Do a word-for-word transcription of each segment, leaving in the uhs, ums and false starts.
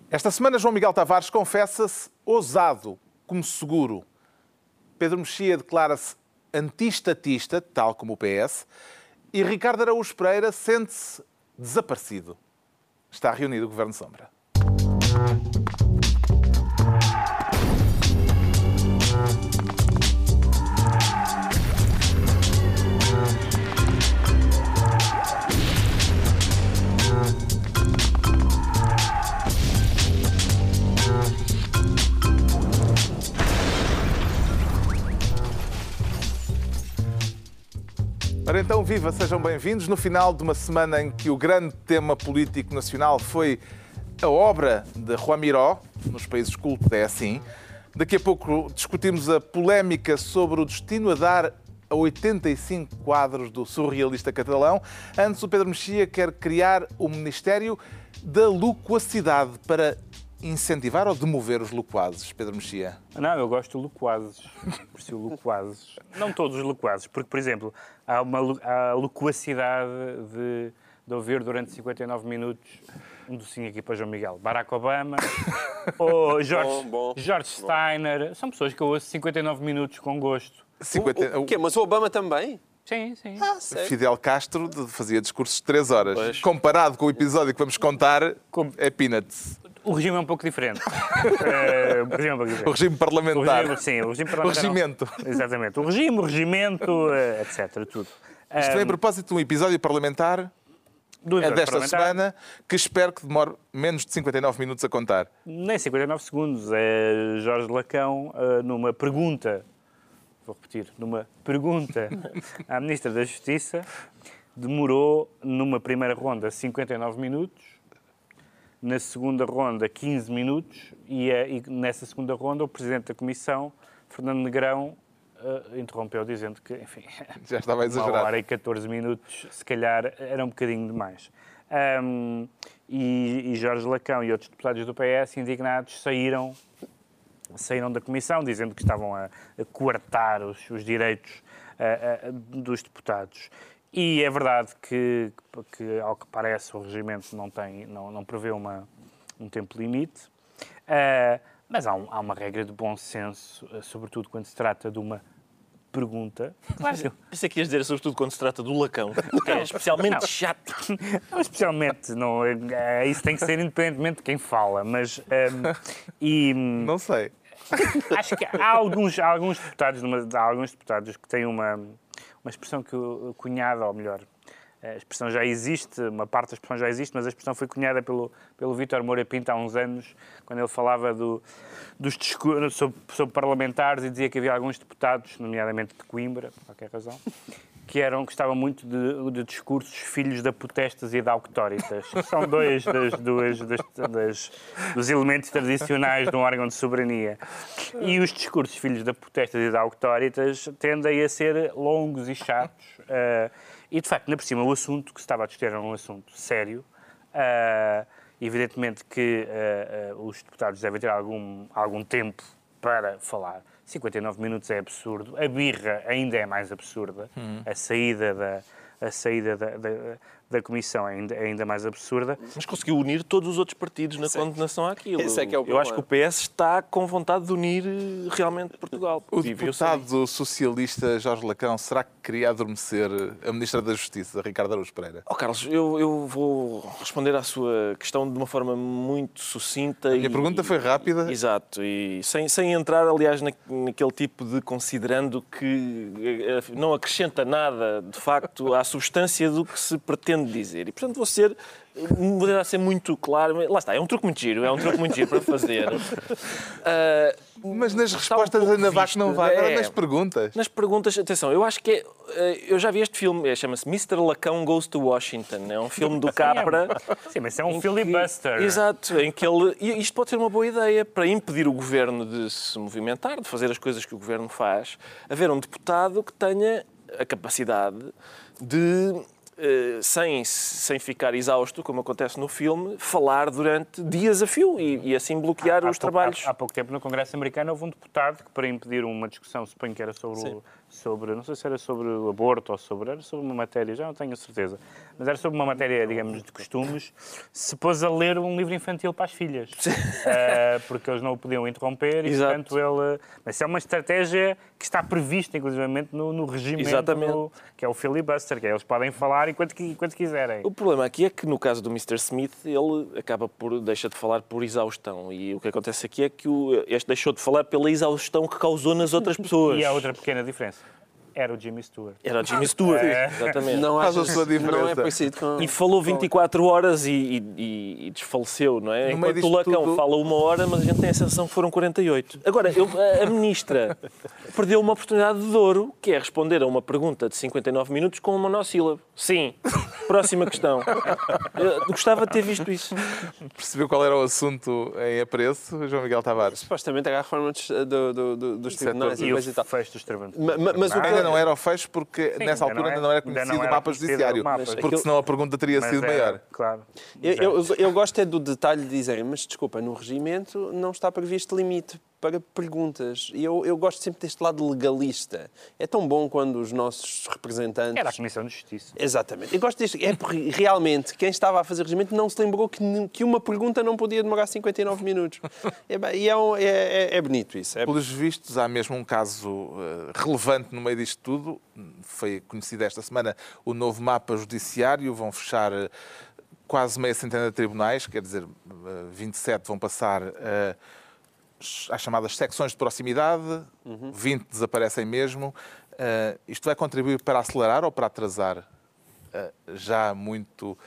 Esta semana, João Miguel Tavares confessa-se ousado como seguro. Pedro Mexia declara-se anti-estatista, tal como o P S, e Ricardo Araújo Pereira sente-se desaparecido. Está reunido o Governo Sombra. Ora então, viva, sejam bem-vindos. No final de uma semana em que o grande tema político nacional foi a obra de Juan Miró, nos países cultos é assim. Daqui a pouco discutimos a polémica sobre o destino a dar a oitenta e cinco quadros do surrealista catalão. Antes, o Pedro Mexia quer criar o Ministério da Loquacidade para incentivar ou demover os loquazes, Pedro Mexia? Não, eu gosto de loquazes. Preciso loquazes. Não todos os loquazes, porque, por exemplo, há uma há a loquacidade de, de ouvir durante cinquenta e nove minutos um docinho aqui para João Miguel. Barack Obama ou George, bom, bom, George Steiner. Bom. São pessoas que eu ouço cinquenta e nove minutos com gosto. cinquenta... O, o quê? Mas o Obama também? Sim, sim. Ah, Fidel Castro fazia discursos de três horas. Pois. Comparado com o episódio que vamos contar, Como... é peanuts. O regime é um pouco diferente. é, o, regime é um pouco diferente. O regime parlamentar. O regime, sim, o regime parlamentar. O regimento. Não... Exatamente. O regime, o regimento, etcétera. Tudo. Isto vem a propósito de um episódio parlamentar Do é desta parlamentar. semana, que espero que demore menos de cinquenta e nove minutos a contar. Nem cinquenta e nove segundos. É Jorge Lacão, numa pergunta, vou repetir, numa pergunta à Ministra da Justiça, demorou numa primeira ronda cinquenta e nove minutos, na segunda ronda quinze minutos e, a, e nessa segunda ronda o Presidente da Comissão, Fernando Negrão, uh, interrompeu dizendo que, enfim, já estava a exagerar. Uma hora e catorze minutos, se calhar, era um bocadinho demais. Um, e, e Jorge Lacão e outros deputados do P S, indignados, saíram, saíram da Comissão, dizendo que estavam a, a coartar os, os direitos uh, uh, dos deputados. E é verdade que, que, ao que parece, o regimento não, tem, não, não prevê uma, um tempo limite, uh, mas há, um, há uma regra de bom senso, uh, sobretudo quando se trata de uma pergunta. Claro. Pensei que ias dizer, sobretudo quando se trata do Lacão, que é especialmente não. chato. Não, especialmente, não, é, isso tem que ser independentemente de quem fala, mas... Um, e, não sei. Acho que há alguns, há alguns deputados, há alguns deputados que têm uma... Uma expressão que o cunhado, ou melhor, a expressão já existe, uma parte da expressão já existe, mas a expressão foi cunhada pelo, pelo Vítor Moura Pinto há uns anos, quando ele falava do, dos discursos sobre, sobre parlamentares e dizia que havia alguns deputados, nomeadamente de Coimbra, por qualquer razão, que eram, gostavam muito de, de discursos filhos da potestas e da auctoritas, que são dois das, duas, das, das, dos elementos tradicionais de um órgão de soberania. E os discursos filhos da potestas e da auctoritas tendem a ser longos e chatos. Uh, e, de facto, ainda por cima, o assunto que se estava a discutir era um assunto sério. Uh, evidentemente que uh, uh, os deputados devem ter algum, algum tempo para falar. cinquenta e nove minutos é absurdo. A birra ainda é mais absurda. Hum. A saída da, a saída da, da, da Comissão é ainda, é ainda mais absurda. Mas conseguiu unir todos os outros partidos na Sim. condenação àquilo. Esse é que é o Eu acho que o P S está com vontade de unir realmente Portugal. O deputado socialista Jorge Lacão, será que queria adormecer a Ministra da Justiça, Ricardo Araújo Pereira? Oh, Carlos, eu, eu vou responder à sua questão de uma forma muito sucinta. A minha e, pergunta foi rápida. Exato, e sem, sem entrar, aliás, na, naquele tipo de considerando que não acrescenta nada, de facto, à substância do que se pretende dizer. E, portanto, vou ser, vou ser muito claro. Lá está, é um truque muito giro, é um truque muito giro para fazer. Uh, Mas nas respostas um ainda vai que não vai, é, nas perguntas. Nas perguntas, atenção, eu acho que é, eu já vi este filme, chama-se mister Lacão Goes to Washington, é um filme do Capra. Sim, mas é um filibuster. Que, exato, em que ele, e isto pode ser uma boa ideia para impedir o governo de se movimentar, de fazer as coisas que o governo faz, haver um deputado que tenha a capacidade de... Uh, sem, sem ficar exausto, como acontece no filme, falar durante dias a fio e, e assim bloquear há, há os pouco, trabalhos. Há, há pouco tempo no Congresso americano houve um deputado que, para impedir uma discussão, suponho que era sobre o, sobre, não sei se era sobre o aborto ou sobre, era sobre uma matéria, já não tenho certeza, mas era sobre uma matéria, digamos, de costumes, se pôs a ler um livro infantil para as filhas, uh, porque eles não o podiam interromper e, Exato. portanto, ele... Mas isso é uma estratégia que está prevista, inclusivamente, no, no regimento, do, que é o filibuster, que é, eles podem falar enquanto, enquanto quiserem. O problema aqui é que, no caso do mister Smith, ele acaba por, deixa de falar por exaustão. E o que acontece aqui é que o, este deixou de falar pela exaustão que causou nas outras pessoas. E há outra pequena diferença. Era o Jimmy Stewart. Era o Jimmy Stewart, é. Exatamente. Não, Faz a achas- sua diferença. não é parecido com... E falou vinte e quatro horas e, e, e desfaleceu, não é? No meio Enquanto o disto Lacão tudo- fala uma hora, mas a gente tem a sensação que foram quarenta e oito. Agora, eu, a, a ministra perdeu uma oportunidade de ouro, que é responder a uma pergunta de cinquenta e nove minutos com um monossílabo. Sim. Próxima questão. Eu gostava de ter visto isso. Percebeu qual era o assunto em apreço, João Miguel Tavares? Supostamente era a reforma dos, do, do, do, dos Isso é tribunais todo- e E o coisa e tal. fecho dos tribunais. Ma- ma- Mas o que Ainda não era o fecho porque Sim, nessa ainda altura não é- ainda não era ainda conhecido não o era mapa conhecido o judiciário, mapa. porque Aquilo- senão a pergunta teria Mas sido era, maior. Claro. Eu, eu, eu gosto é do detalhe de dizer, mas desculpa, no regimento não está previsto limite para perguntas. E eu, eu gosto sempre deste lado legalista. É tão bom quando os nossos representantes... Era a Comissão de Justiça. Exatamente. Eu gosto deste... É porque realmente quem estava a fazer regimento não se lembrou que, n- que uma pergunta não podia demorar cinquenta e nove minutos. É, bem, e é, um- é, é, é bonito isso. É... Pelos vistos, há mesmo um caso eh, relevante no meio disto tudo. Foi conhecido esta semana o novo mapa judiciário. Vão fechar eh, quase meia centena de tribunais, quer dizer, eh, vinte e sete vão passar eh, às chamadas secções de proximidade, Uhum. vinte desaparecem mesmo. Eh, isto vai contribuir para acelerar ou para atrasar eh, já muito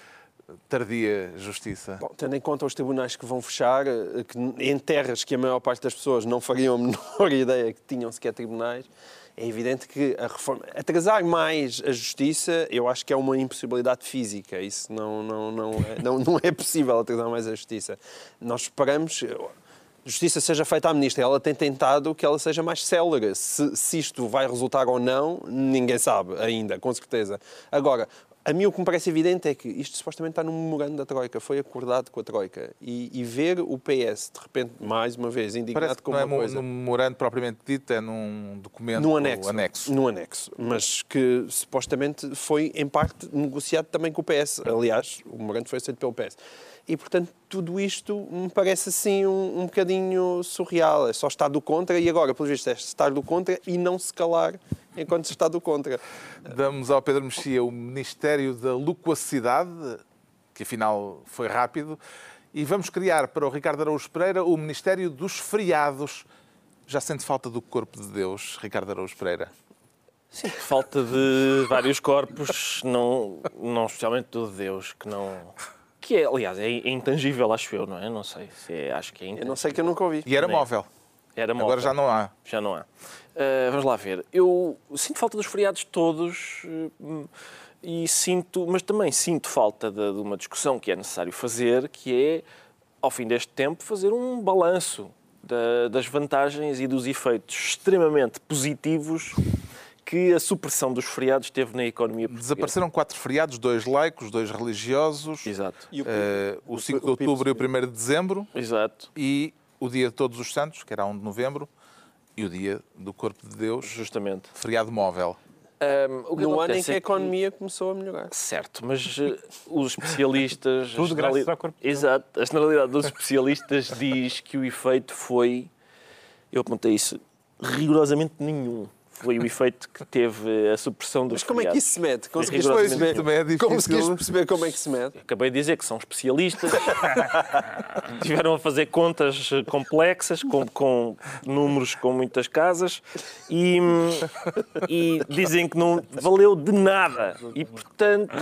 tardia justiça? Bom, tendo em conta os tribunais que vão fechar, eh, que, em terras que a maior parte das pessoas não fariam a menor ideia que tinham sequer tribunais, é evidente que a reforma... Atrasar mais a justiça, eu acho que é uma impossibilidade física. Isso não, não, não, é, não, não é possível atrasar mais a justiça. Nós esperamos... A justiça seja feita à ministra. Ela tem tentado que ela seja mais célere. Se, se isto vai resultar ou não, ninguém sabe ainda, com certeza. Agora, a mim o que me parece evidente é que isto supostamente está no memorando da Troika, foi acordado com a Troika. E, e ver o P S, de repente, mais uma vez, indignado Parece que com não é uma coisa... num memorando propriamente dito, é num documento Num anexo, anexo. num anexo, mas que supostamente foi, em parte, negociado também com o P S. Aliás, o memorando foi aceito pelo P S. E, portanto, tudo isto me parece assim um, um bocadinho surreal. É só estar do contra e agora, pelo visto, é estar do contra e não se calar enquanto se está do contra. Damos ao Pedro Mexia o Ministério da Loquacidade, que afinal foi rápido, e vamos criar para o Ricardo Araújo Pereira o Ministério dos Feriados. Já sente falta do corpo de Deus, Ricardo Araújo Pereira? Sim, falta de vários corpos, não, não especialmente do de Deus, que não... Que é, aliás, é intangível, acho eu, não é? Não sei, se é, acho que é Eu intangível. não sei que eu nunca ouvi. E era Nem. móvel. Era móvel. Agora já não há. Já não há. Uh, vamos lá ver. Eu sinto falta dos feriados todos uh, e sinto, mas também sinto falta de, de uma discussão que é necessário fazer, que é, ao fim deste tempo, fazer um balanço da, das vantagens e dos efeitos extremamente positivos que a supressão dos feriados teve na economia portuguesa. Desapareceram quatro feriados, dois laicos, dois religiosos, Exato. E o- eh, o cinco de o Pipo outubro e o subiu. primeiro de dezembro, Exato. e o dia de Todos os Santos, que era um de novembro, e o dia do Corpo de Deus, Justamente. feriado móvel. Um, o que No ano em acontece que a é economia começou a melhorar. Certo, mas uh, os especialistas... Tudo a generali- graças ao corpo de Deus. Exato. A generalidade dos especialistas diz que o efeito foi... Eu apontei isso. Rigorosamente nenhum. Foi o efeito que teve a supressão dos Mas como é que feriados. isso se mete? Conseguiste rigorosamente perceber? Também é difícil. Conseguiste perceber como é que se mete? Acabei de dizer que são especialistas, tiveram a fazer contas complexas, com, com números com muitas casas, e, e dizem que não valeu de nada. E, portanto,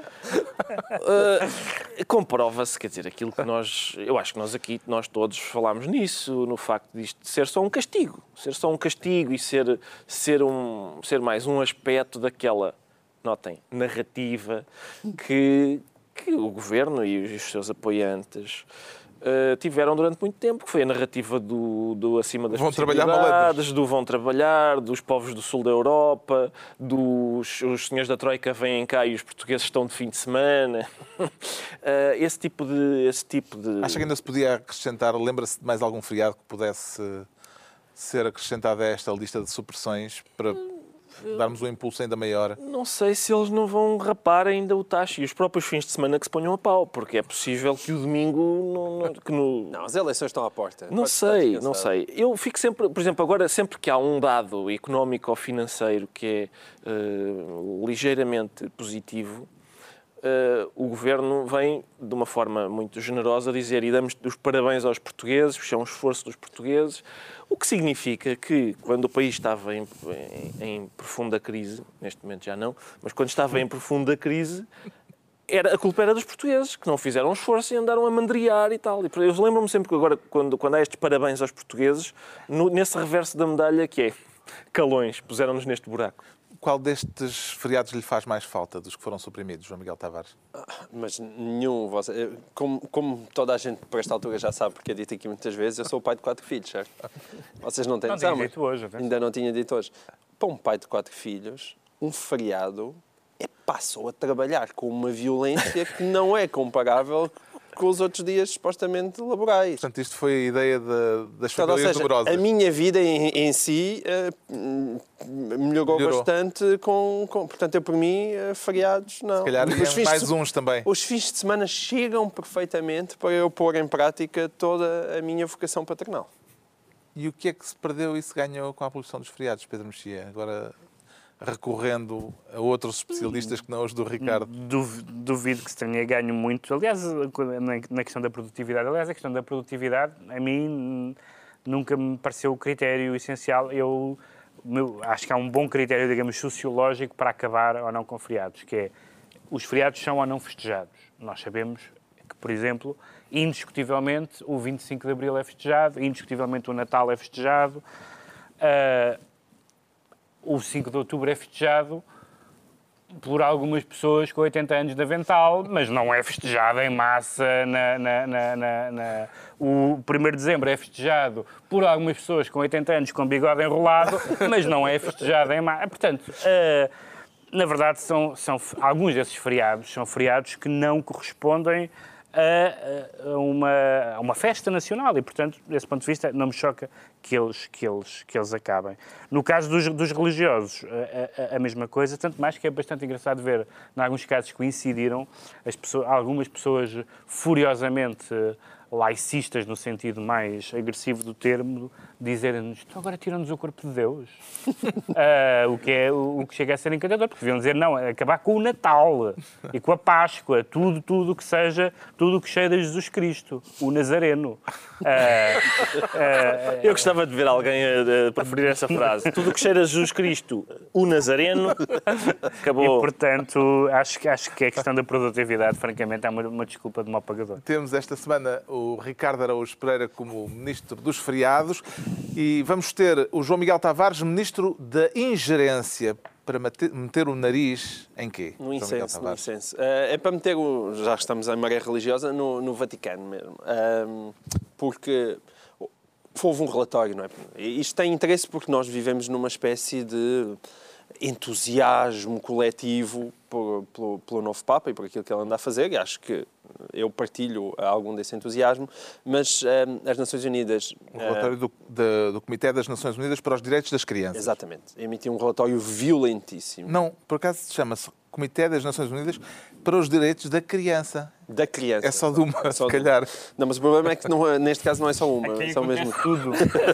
uh, comprova-se, quer dizer, aquilo que nós... Eu acho que nós aqui, nós todos falámos nisso, no facto disto de ser só um castigo. Ser só um castigo e ser, ser, um, ser mais um aspecto daquela... Notem, narrativa que, que o Governo e os seus apoiantes uh, tiveram durante muito tempo, que foi a narrativa do, do acima das Vão trabalhar possibilidades, do vão trabalhar, dos povos do sul da Europa, dos os senhores da Troika vêm cá e os portugueses estão de fim de semana. uh, esse tipo de... Esse tipo de... Acha que ainda se podia acrescentar, lembra-se de mais algum feriado que pudesse ser acrescentado a esta lista de supressões para darmos um impulso ainda maior. Não sei se eles não vão rapar ainda o taxa e os próprios fins de semana que se ponham a pau, porque é possível que o domingo... Não, não, que no... Não, as eleições estão à porta. Não Pode sei, não sei. Eu fico sempre, por exemplo, agora sempre que há um dado económico ou financeiro que é uh, ligeiramente positivo, uh, o Governo vem de uma forma muito generosa dizer e damos os parabéns aos portugueses, isto é um esforço dos portugueses, o que significa que quando o país estava em, em, em profunda crise, neste momento já não, mas quando estava em profunda crise, Era, a culpa era dos portugueses, que não fizeram um esforço e andaram a mandriar e tal. E eu lembro-me sempre que agora, quando, quando há estes parabéns aos portugueses, no, nesse reverso da medalha que é calões, puseram-nos neste buraco. Qual destes feriados lhe faz mais falta, dos que foram suprimidos, João Miguel Tavares? Mas nenhum. Você, como, como toda a gente, por esta altura, já sabe, porque é dito aqui muitas vezes, eu sou o pai de quatro filhos, certo? Vocês não têm Não noção, tinha mas dito hoje, até. ainda não tinha dito hoje. Para um pai de quatro filhos, um feriado é passou a trabalhar com uma violência que não é comparável com os outros dias supostamente laborais. Portanto, isto foi a ideia de, das Portanto, ou famílias seja, numerosas. a minha vida em, em si uh, melhorou, Melhorou. bastante com, com... Portanto, eu, por mim, uh, feriados, não. Se calhar Os ganhamos fins de mais se- uns também. Os fins de semana chegam perfeitamente para eu pôr em prática toda a minha vocação paternal. E o que é que se perdeu e se ganhou com a abolição dos feriados, Pedro Mexia? Agora, recorrendo a outros especialistas que não os do Ricardo. Duv- Duvido que se tenha ganho muito. Aliás, na- na questão da produtividade. Aliás, a questão da produtividade, a mim, nunca me pareceu o critério essencial. Eu meu, acho que há um bom critério, digamos, sociológico para acabar ou não com feriados, que é os feriados são ou não festejados. Nós sabemos que, por exemplo, indiscutivelmente o vinte e cinco de Abril é festejado, indiscutivelmente o Natal é festejado, uh, o cinco de Outubro é festejado por algumas pessoas com oitenta anos de avental, mas não é festejado em massa. Na, na, na, na, na... O primeiro de Dezembro é festejado por algumas pessoas com oitenta anos com bigode enrolado, mas não é festejado em massa. Portanto, uh, na verdade, são, são, alguns desses feriados são feriados que não correspondem a, a, uma, a uma festa nacional e, portanto, desse ponto de vista, não me choca que eles, que eles, que eles acabem. No caso dos, dos religiosos, a, a, a mesma coisa, tanto mais que é bastante engraçado ver, em alguns casos coincidiram, as pessoas, algumas pessoas furiosamente laicistas, no sentido mais agressivo do termo, dizerem-nos, então agora tiram-nos o corpo de Deus. uh, o, que é, o, o que chega a ser encantador, porque deviam dizer, não, acabar com o Natal e com a Páscoa, tudo, tudo que seja, tudo o que cheira a Jesus Cristo, o Nazareno. Uh, uh, Eu gostava de ver alguém a, a preferir essa frase. Tudo o que cheira a Jesus Cristo, o Nazareno, acabou. E, portanto, acho, que- acho que a questão da produtividade, francamente, é uma, uma desculpa de mau pagador. Temos esta semana o Ricardo Araújo Pereira como Ministro dos Feriados e vamos ter o João Miguel Tavares, Ministro da Ingerência, para mate- meter o nariz em quê? No João Miguel incenso, no Tavares? incenso. Uh, é para meter, o, já que estamos em maré religiosa, no, no Vaticano mesmo. Um, porque houve um relatório, não é? E isto tem interesse porque nós vivemos numa espécie de entusiasmo coletivo por, pelo, pelo novo Papa e por aquilo que ele anda a fazer, e acho que eu partilho algum desse entusiasmo, mas um, as Nações Unidas... O relatório do, da- do Comitê das Nações Unidas para os Direitos das Crianças. Exatamente. Emitiu um relatório violentíssimo. Não, por acaso chama-se Comitê das Nações Unidas para os Direitos da Criança. Da criança. É só de uma, É só se de- calhar. Não, mas o problema é que não é- neste caso não é só uma. Aqui são acontece mesmo... tudo.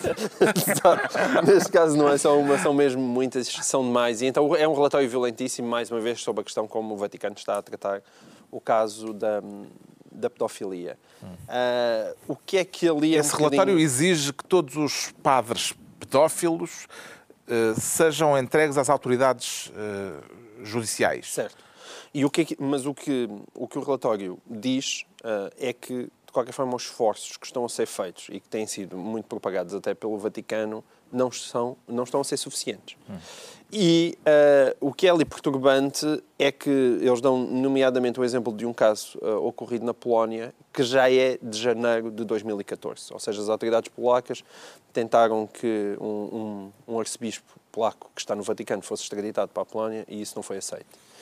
Neste caso não é só uma, são mesmo muitas, são demais. E então é um relatório violentíssimo, mais uma vez, sobre a questão como o Vaticano está a tratar o caso da, da pedofilia. Ah, o que é que ali é Esse um relatório bocadinho... exige que todos os padres pedófilos eh, sejam entregues às autoridades eh, judiciais. Certo. E o que é que- mas o que, o que o relatório diz ah, é que, de qualquer forma, os esforços que estão a ser feitos e que têm sido muito propagados até pelo Vaticano não, são, não estão a ser suficientes. Hum. E ah, o que é ali perturbante é que eles dão, nomeadamente, o exemplo de um caso ah, ocorrido na Polónia, que já é de janeiro de dois mil e catorze. Ou seja, as autoridades polacas tentaram que um, um, um arcebispo polaco que está no Vaticano fosse extraditado para a Polónia e isso não foi aceito.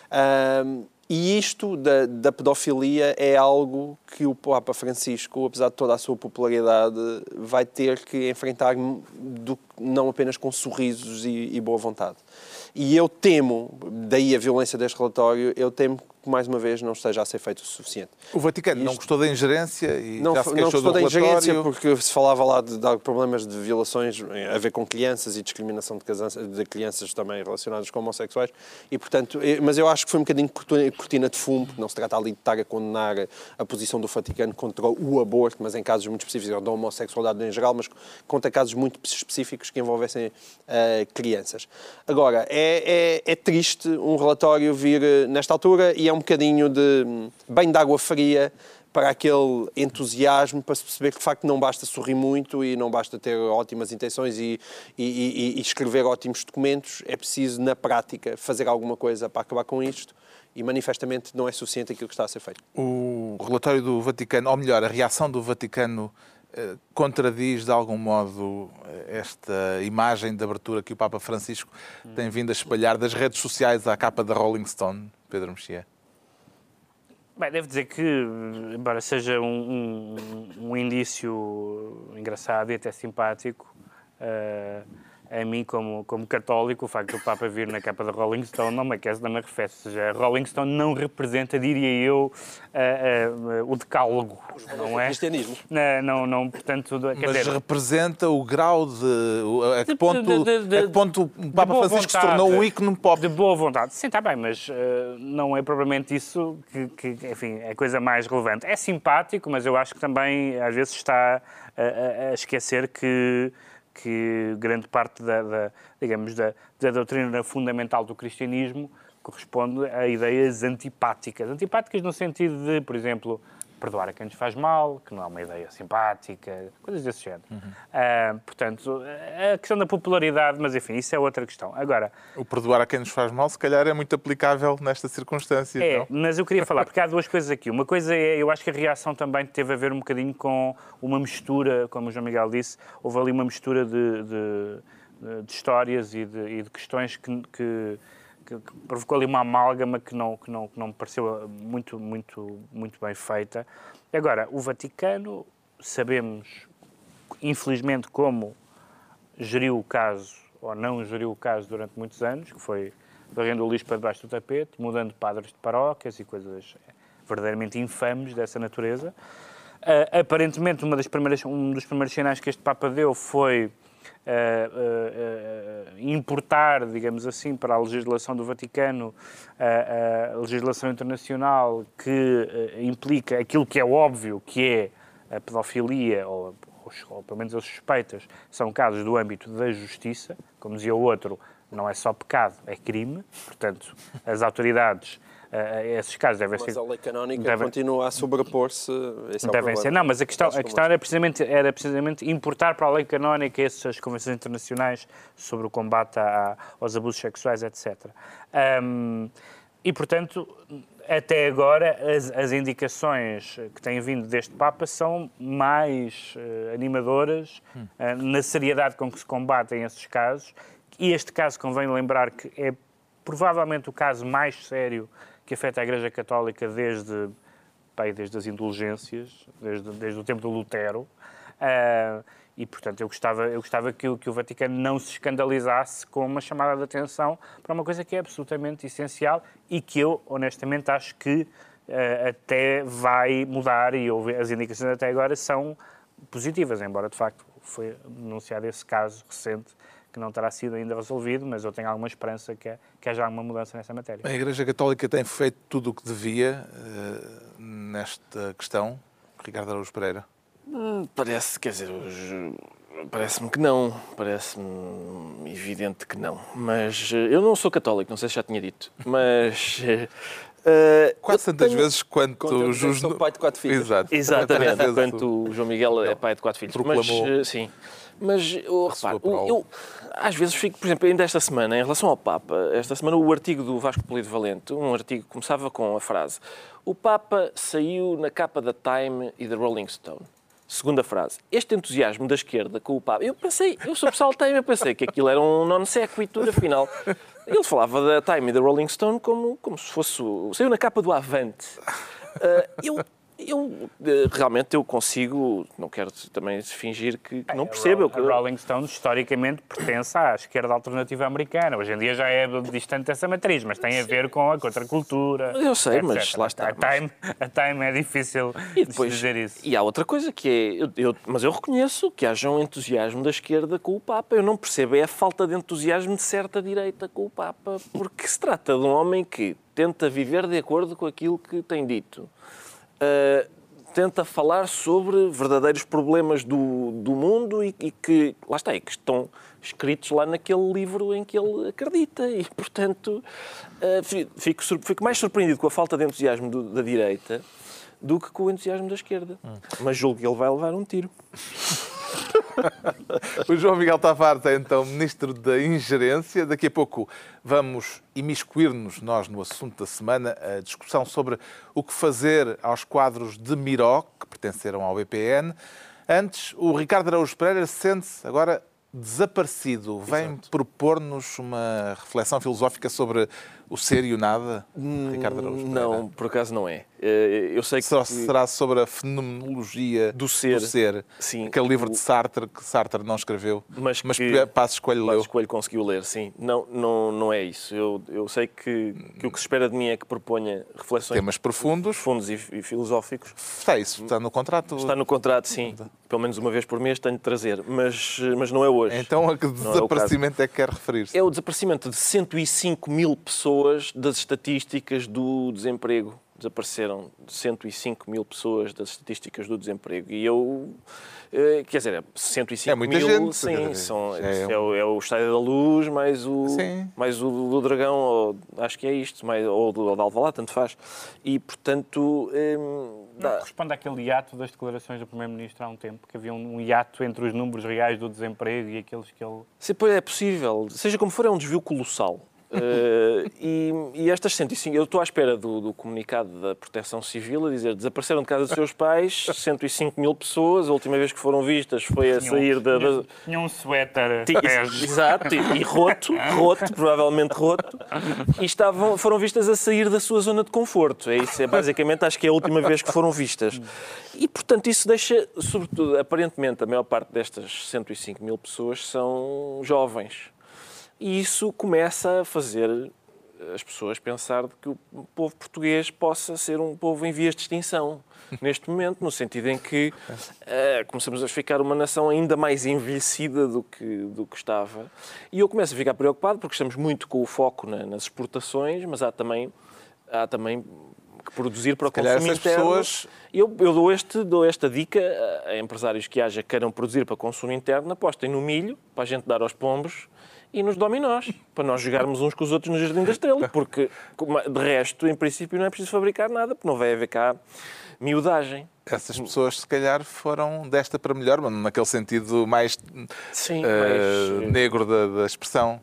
Um, e isto da, da pedofilia é algo que o Papa Francisco, apesar de toda a sua popularidade, vai ter que enfrentar do, não apenas com sorrisos e, e boa vontade. E eu temo, daí a violência deste relatório, eu temo que, mais uma vez, não esteja a ser feito o suficiente. O Vaticano Isto... não gostou da ingerência e não, já se não queixou gostou do da ingerência relatório. porque se falava lá de, de problemas de violações a ver com crianças e discriminação de, casança, de crianças também relacionadas com homossexuais. E, portanto, eu, mas eu acho que foi um bocadinho cortina de fumo, porque não se trata ali de estar a condenar a posição do Vaticano contra o aborto, mas em casos muito específicos, da homossexualidade em geral, mas contra casos muito específicos que envolvessem uh, crianças. Agora, é, é, é triste um relatório vir nesta altura e é um bocadinho de banho de água fria para aquele entusiasmo, para se perceber que de facto não basta sorrir muito e não basta ter ótimas intenções e, e, e, e escrever ótimos documentos, é preciso na prática fazer alguma coisa para acabar com isto e manifestamente não é suficiente aquilo que está a ser feito. O relatório do Vaticano, ou melhor, a reação do Vaticano eh, contradiz de algum modo esta imagem de abertura que o Papa Francisco hum. tem vindo a espalhar das redes sociais à capa da Rolling Stone, Pedro Mexia? Bem, devo dizer que, embora seja um, um, um indício engraçado e até simpático, uh, a mim, como, como católico, o facto do Papa vir na capa da Rolling Stone não me aquece, não me arrefece. Ou seja, a Rolling Stone não representa, diria eu, uh, uh, o decálogo, não é? O cristianismo. Não, não, não portanto... Quer Mas dizer, representa o grau de... A que ponto, de, de, de, a que ponto o Papa Francisco vontade, se tornou um ícone pop? De boa vontade. Sim, está bem, mas uh, não é propriamente isso que, que, enfim, é a coisa mais relevante. É simpático, mas eu acho que também, às vezes, está a, a esquecer que... que grande parte da, da digamos, da, da doutrina fundamental do cristianismo corresponde a ideias antipáticas. Antipáticas no sentido de, por exemplo, perdoar a quem nos faz mal, que não é uma ideia simpática, coisas desse género. Uhum. Uh, portanto, a questão da popularidade, mas enfim, isso é outra questão. Agora, o perdoar a quem nos faz mal, se calhar, é muito aplicável nesta circunstância. É, não? Mas eu queria falar, porque há duas coisas aqui. Uma coisa é, eu acho que a reação também teve a ver um bocadinho com uma mistura, como o João Miguel disse, houve ali uma mistura de, de, de histórias e de, e de questões que... que que provocou ali uma amálgama que não, que não, que não me pareceu muito, muito, muito bem feita. Agora, o Vaticano, sabemos, infelizmente, como geriu o caso, ou não geriu o caso durante muitos anos, que foi varrendo o lixo para debaixo do tapete, mudando padres de paróquias e coisas verdadeiramente infames dessa natureza. Uh, aparentemente, uma das primeiras, um dos primeiros sinais que este Papa deu foi Uh, uh, uh, importar, digamos assim, para a legislação do Vaticano uh, a legislação internacional que uh, implica aquilo que é óbvio, que é a pedofilia, ou, ou, ou pelo menos as suspeitas, são casos do âmbito da justiça, como dizia o outro, não é só pecado, é crime, portanto, as autoridades... Uh, esses casos devem mas ser... Mas a lei canónica devem, continua a sobrepor-se... É devem ser. Não, mas a questão, a questão era, precisamente, era precisamente importar para a lei canónica essas convenções internacionais sobre o combate a, aos abusos sexuais, etcétera. Um, e, portanto, até agora, as, as indicações que têm vindo deste Papa são mais uh, animadoras hum. uh, na seriedade com que se combatem esses casos. E este caso, convém lembrar que é provavelmente o caso mais sério que afeta a Igreja Católica desde, bem, desde as indulgências, desde, desde o tempo do Lutero. Uh, e, portanto, eu gostava, eu gostava que, que o Vaticano não se escandalizasse com uma chamada de atenção para uma coisa que é absolutamente essencial e que eu, honestamente, acho que uh, até vai mudar, e as indicações até agora são positivas, embora, de facto, foi denunciado esse caso recente que não terá sido ainda resolvido, mas eu tenho alguma esperança que, que haja alguma mudança nessa matéria. A Igreja Católica tem feito tudo o que devia uh, nesta questão, Ricardo Araújo Pereira? Hum, parece, quer dizer, parece-me que não, parece-me evidente que não, mas eu não sou católico, não sei se já tinha dito, mas... Uh, Quase tantas tenho... vezes quanto o Jus... sou pai de quatro filhos. Exato. Exatamente, quanto o João Miguel é pai de quatro filhos. Proclamou. Mas, sim. Mas, eu, reparo, eu, eu às vezes fico, por exemplo, ainda esta semana, em relação ao Papa, esta semana o artigo do Vasco Polido Valente, um artigo que começava com a frase: o Papa saiu na capa da Time e da Rolling Stone. Segunda frase. Este entusiasmo da esquerda com o Papa... Eu pensei, eu sou pessoal Time, eu pensei que aquilo era um non sequitur, afinal. Ele falava da Time e da Rolling Stone como, como se fosse... Saiu na capa do Avante. Uh, eu... Eu, realmente, eu consigo, não quero também fingir que, que não percebo. A Rolling Stone, historicamente, pertence à esquerda alternativa americana. Hoje em dia já é distante dessa matriz, mas tem a ver com a contracultura. Eu sei, etcétera. mas lá está. A Time, a Time é difícil e depois, dizer isso. E há outra coisa que é, eu, eu, mas eu reconheço que haja um entusiasmo da esquerda com o Papa. Eu não percebo, é a falta de entusiasmo de certa direita com o Papa, porque se trata de um homem que tenta viver de acordo com aquilo que tem dito. Uh, tenta falar sobre verdadeiros problemas do, do mundo e, e que, lá está, e que estão escritos lá naquele livro em que ele acredita e, portanto, uh, fico, fico mais surpreendido com a falta de entusiasmo do, da direita do que com o entusiasmo da esquerda. Hum. Mas julgo que ele vai levar um tiro. O João Miguel Tavares é então Ministro da Ingerência. Daqui a pouco vamos imiscuir-nos nós no assunto da semana, a discussão sobre o que fazer aos quadros de Miró, que pertenceram ao B P N. Antes, o Ricardo Araújo Pereira sente-se agora desaparecido. Vem Exato. propor-nos uma reflexão filosófica sobre o ser e o nada, Ricardo Araújo Pereira? Não, por acaso não é. Eu sei que... Será, será sobre a fenomenologia do ser. Do ser. Sim. Aquele livro de Sartre que Sartre não escreveu, mas, mas que Passos Coelho leu. Passos Coelho conseguiu ler, sim. Não, não, não é isso. Eu, eu sei que, que o que se espera de mim é que proponha reflexões... Temas profundos. Profundos e, e filosóficos. Está isso, está no contrato? Está no contrato, sim. Pelo menos uma vez por mês tenho de trazer, mas, mas não é hoje. Então a que desaparecimento é, é que quer referir-se? É o desaparecimento de cento e cinco mil pessoas das estatísticas do desemprego. Desapareceram cento e cinco mil pessoas das estatísticas do desemprego. E eu... Quer dizer, cento e cinco é muita mil, gente. Sim, são, é, é, o, é o Estádio da Luz, mais o, sim. mais o do Dragão, ou, acho que é isto, mais, ou do de Alvalade, tanto faz. E, portanto... Hum, Não corresponde àquele hiato das declarações do Primeiro-Ministro há um tempo, que havia um hiato entre os números reais do desemprego e aqueles que ele... Sim, é possível. Seja como for, é um desvio colossal. uh, e, e estas cento e cinco... Eu estou à espera do, do comunicado da Proteção Civil a dizer desapareceram de casa dos seus pais cento e cinco mil pessoas. A última vez que foram vistas foi a sair da... Tinha, tinha um suéter. Exato, e, e roto, roto, provavelmente roto. E estavam, foram vistas a sair da sua zona de conforto. É isso, é basicamente, acho que é a última vez que foram vistas. E, portanto, isso deixa, sobretudo, aparentemente, a maior parte destas cento e cinco mil pessoas são jovens. E isso começa a fazer as pessoas pensar de que o povo português possa ser um povo em vias de extinção, neste momento, no sentido em que uh, começamos a ficar uma nação ainda mais envelhecida do que, do que estava. E eu começo a ficar preocupado porque estamos muito com o foco na, nas exportações, mas há também, há também que produzir para o consumo interno. Pessoas... Eu, eu dou, este, dou esta dica a empresários que haja queiram produzir para consumo interno, apostem no milho, para a gente dar aos pombos, e nos dominós, para nós jogarmos uns com os outros no Jardim da Estrela, porque de resto, em princípio, não é preciso fabricar nada, porque não vai haver cá miudagem. Essas pessoas, se calhar, foram desta para melhor, mas naquele sentido mais, Sim, uh, mais... negro da, da expressão.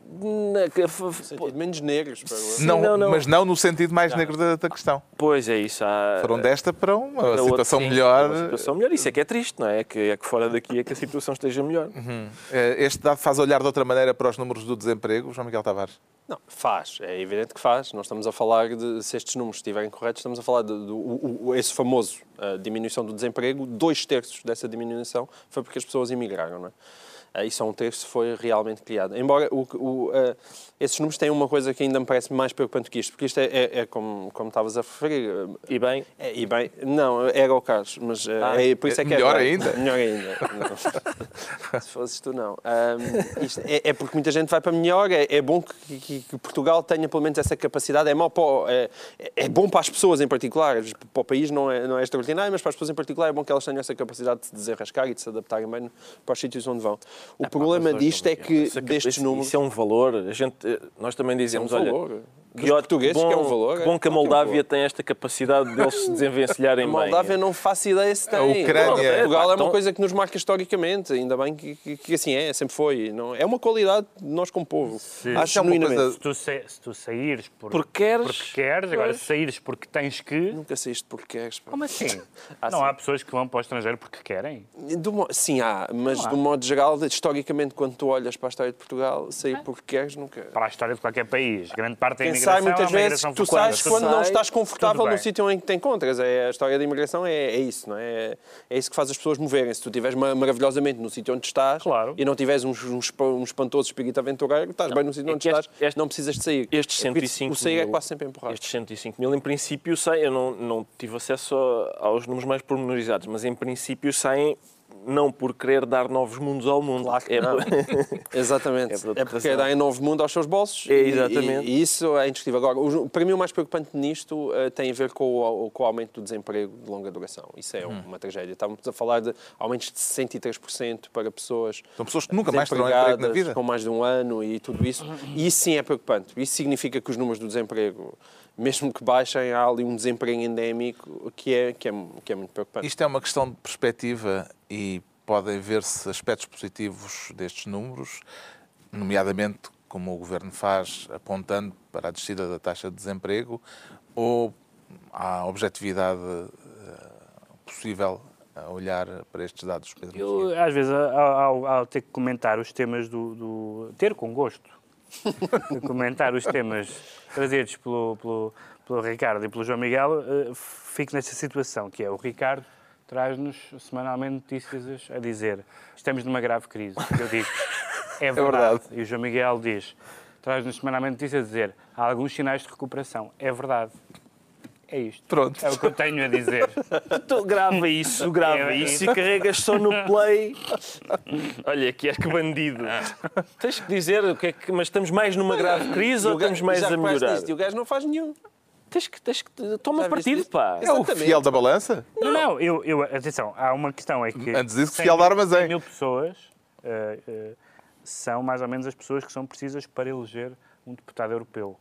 Na... Menos negros. Sim, não, não, não. Mas não no sentido mais não. negro da, da questão. Pois é isso. Há... Foram desta para uma para situação outro, melhor. Uma situação melhor. Isso é que é triste, não é? É que, é que fora daqui é que a situação esteja melhor. Uhum. Este dado faz olhar de outra maneira para os números do desemprego, João Miguel Tavares? Não, faz. É evidente que faz. Nós estamos a falar de, se estes números estiverem corretos, estamos a falar de, de, de, de esse famoso uh, diminuição do desemprego. Dois terços dessa diminuição foi porque as pessoas emigraram, não é? Uh, e só um terço foi realmente criado. Embora o, o, uh, esses números têm uma coisa que ainda me parece mais preocupante que isto, porque isto é, é, é como, como estavas a referir. Uh, e bem? É, e bem, não, era o caso, mas uh, ah, é, por isso é, é que melhor é ainda. Melhor ainda. Se fosses tu, não. Um, isto é, é porque muita gente vai para melhor, é, é bom que, que, que Portugal tenha pelo menos essa capacidade, é, mau para, é, é bom para as pessoas em particular, para o país não é, não é extraordinário, mas para as pessoas em particular é bom que elas tenham essa capacidade de se desenrascar e de se adaptarem bem para os sítios onde vão. O é, problema pá, disto é que destes números... Isso é um valor, a gente, nós também dizemos, é um olha... valor. Guiote, portugueses, bom, que é um valor. bom é, que a é um Moldávia valor. tem esta capacidade deles se desenvencilharem A bem. Moldávia não faço ideia se tem. A Ucrânia- Portugal Pá, é uma então- coisa que nos marca historicamente, ainda bem que, que, que assim é, sempre foi. Não, é uma qualidade de nós como povo. Isso é Acho uma genuinamente. coisa- Se tu, sa- se tu saíres por- Porque queres. porque queres, agora Pois. se saíres porque tens que... Nunca saíste porque queres. pá. Como assim? Ah, não sim. há pessoas que vão para o estrangeiro porque querem? Do mo- sim, há, mas Não há. do modo geral, historicamente, quando tu olhas para a história de Portugal, sair porque queres nunca. Para a história de qualquer país. Grande parte da Quem imigração sai muitas é uma vezes imigração que tu fecunda. sais quando não sai, estás confortável tudo no bem. sítio em que te encontras. É, a história da imigração é, é isso, não é? É isso que faz as pessoas moverem. Se tu estiveres ma- maravilhosamente no sítio onde estás Claro. e não tiveres um, um, esp- um espantoso espírito aventureiro, estás bem no sítio é onde que este- estás, este- não precisas de sair. Estes É porque cento e cinco o sair é mil- quase sempre empurrado. Estes cento e cinco mil, em princípio, saem. Eu não, não tive acesso a- aos números mais pormenorizados, mas em princípio saem não por querer dar novos mundos ao mundo. Claro que é não. por- Exatamente. É É, por outra porque razão. dá em novo mundo aos seus bolsos. É, e- exatamente. E, e isso é indiscutível. Agora, o- para mim, o mais preocupante nisto eh, tem a ver com o, com o aumento do desemprego de longa duração. Isso é uma tragédia. Estávamos a falar de aumentos de sessenta e três por cento para pessoas São pessoas que nunca mais terão emprego na desempregadas, vida. com mais de um ano e tudo isso. E isso sim é preocupante. Isso significa que os números do desemprego, mesmo que baixem, há ali um desemprego endémico que é, que é, que é muito preocupante. Isto é uma questão de perspectiva e podem ver-se aspectos positivos destes números, nomeadamente como o Governo faz, apontando para a descida da taxa de desemprego, ou a objetividade eh, possível a olhar para estes dados, Pedro Eu, Mexia? às vezes, ao, ao- ao ter que comentar os temas do... do- ter com gosto. de comentar os temas trazidos pelo, pelo, pelo Ricardo e pelo João Miguel, eh, fico nesta situação, que é o Ricardo traz-nos semanalmente notícias a dizer estamos numa grave crise. Eu digo, é verdade. verdade. E o João Miguel diz, traz-nos semanalmente notícias a dizer há alguns sinais de recuperação. É verdade. É isto. Pronto. É o que eu tenho a dizer. Tu grava isso, grava É, isso e carregas só no play. Olha, que é que bandido. Tens que dizer o que é que. Mas estamos mais numa grave crise E ou o gajo- estamos mais já a reparaste melhorar? nisto? E o gajo não faz nenhum. Tens que. Tens que toma Já viste partido, isso? pá. É o Exatamente. fiel da balança? Não, não, eu, eu, atenção, há uma questão, é que... Antes disso, cem fiel de mil- armazém. cem mil pessoas eh, eh, são mais ou menos as pessoas que são precisas para eleger um deputado europeu.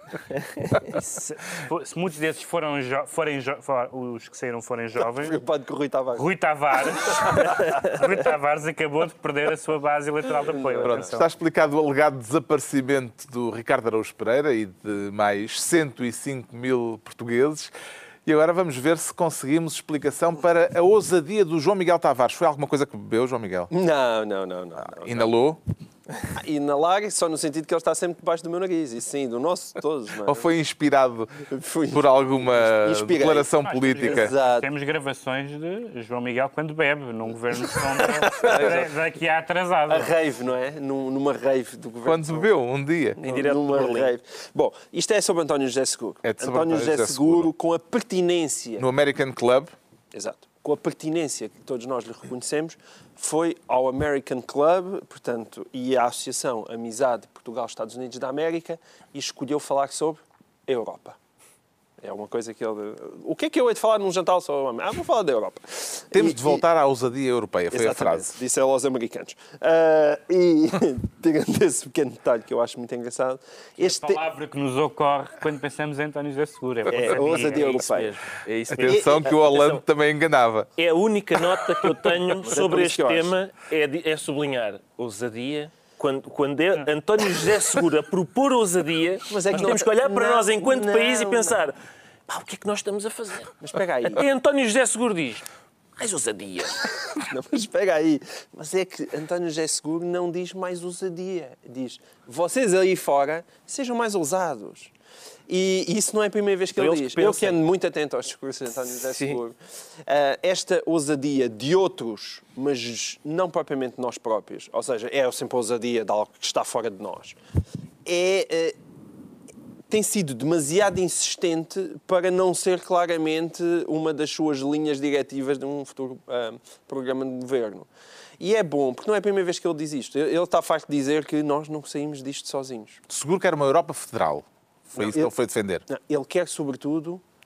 E se, se muitos desses foram jo- forem jo- for- os que saíram forem jovens, Preocupado com o Rui Tavares. Rui Tavares, Rui Tavares acabou de perder a sua base eleitoral de apoio. Pronto, Atenção. está explicado o alegado desaparecimento do Ricardo Araújo Pereira e de mais cento e cinco mil portugueses. E agora vamos ver se conseguimos explicação para a ousadia do João Miguel Tavares. Foi alguma coisa que bebeu, João Miguel? Não, não, não, não. não. Inalou? E na larga, só no sentido que ele está sempre debaixo do meu nariz. E sim, do nosso de todos. Não é? Ou foi inspirado Fui- por alguma Inspirei. declaração Nós política? Exato. Temos gravações de João Miguel quando bebe, num governo de sombra daqui a atrasado. A rave, não é? Num- Numa rave do governo. Quando bebeu, um dia. Em direto Numa de Berlim. rave. Bom, isto é sobre António José Seguro. É de sobre António José Seguro com a pertinência. No American Club, Exato. Com a pertinência que todos nós lhe reconhecemos, foi ao American Club, portanto, e à Associação Amizade Portugal-Estados Unidos da América, e escolheu falar sobre a Europa. É uma coisa que ele... O que é que eu hei de falar num jantar só? Ah, vou falar da Europa. temos E- de voltar à ousadia europeia, foi a Exatamente, frase. disse ela aos americanos. Ah, e, tirando esse pequeno detalhe que eu acho muito engraçado, este... A palavra que nos ocorre quando pensamos em António José Seguro. É, a ousadia É isso europeia. mesmo. É isso mesmo. Atenção que o Hollande Atenção. também enganava. É a única nota que eu tenho sobre por isso este que eu acho. tema, é, de- é sublinhar ousadia. Quando, quando é António José Seguro a propor ousadia, Mas é que nós não- temos que olhar para não, nós enquanto não, país e não. pensar pá, o que é que nós estamos a fazer? Mas pega aí. E António José Seguro diz mais ousadia. Não, mas espera aí. Mas é que António José Seguro não diz mais ousadia. Diz, vocês aí fora sejam mais ousados. E isso não é a primeira vez que ele Eles diz. que Eu pensam. que ando muito atento aos discursos de António José Sim. Seguro. ah, esta ousadia de outros, mas não propriamente nós próprios, ou seja, é sempre a ousadia de algo que está fora de nós, é... ah, tem sido demasiado insistente para não ser claramente uma das suas linhas diretivas de um futuro ah, programa de governo. E é bom, porque não é a primeira vez que ele diz isto. Ele está farto de dizer que nós não saímos disto sozinhos. Seguro que era uma Europa federal. Foi Não, isso que eu- ele foi defender. Não, ele quer, sobretudo,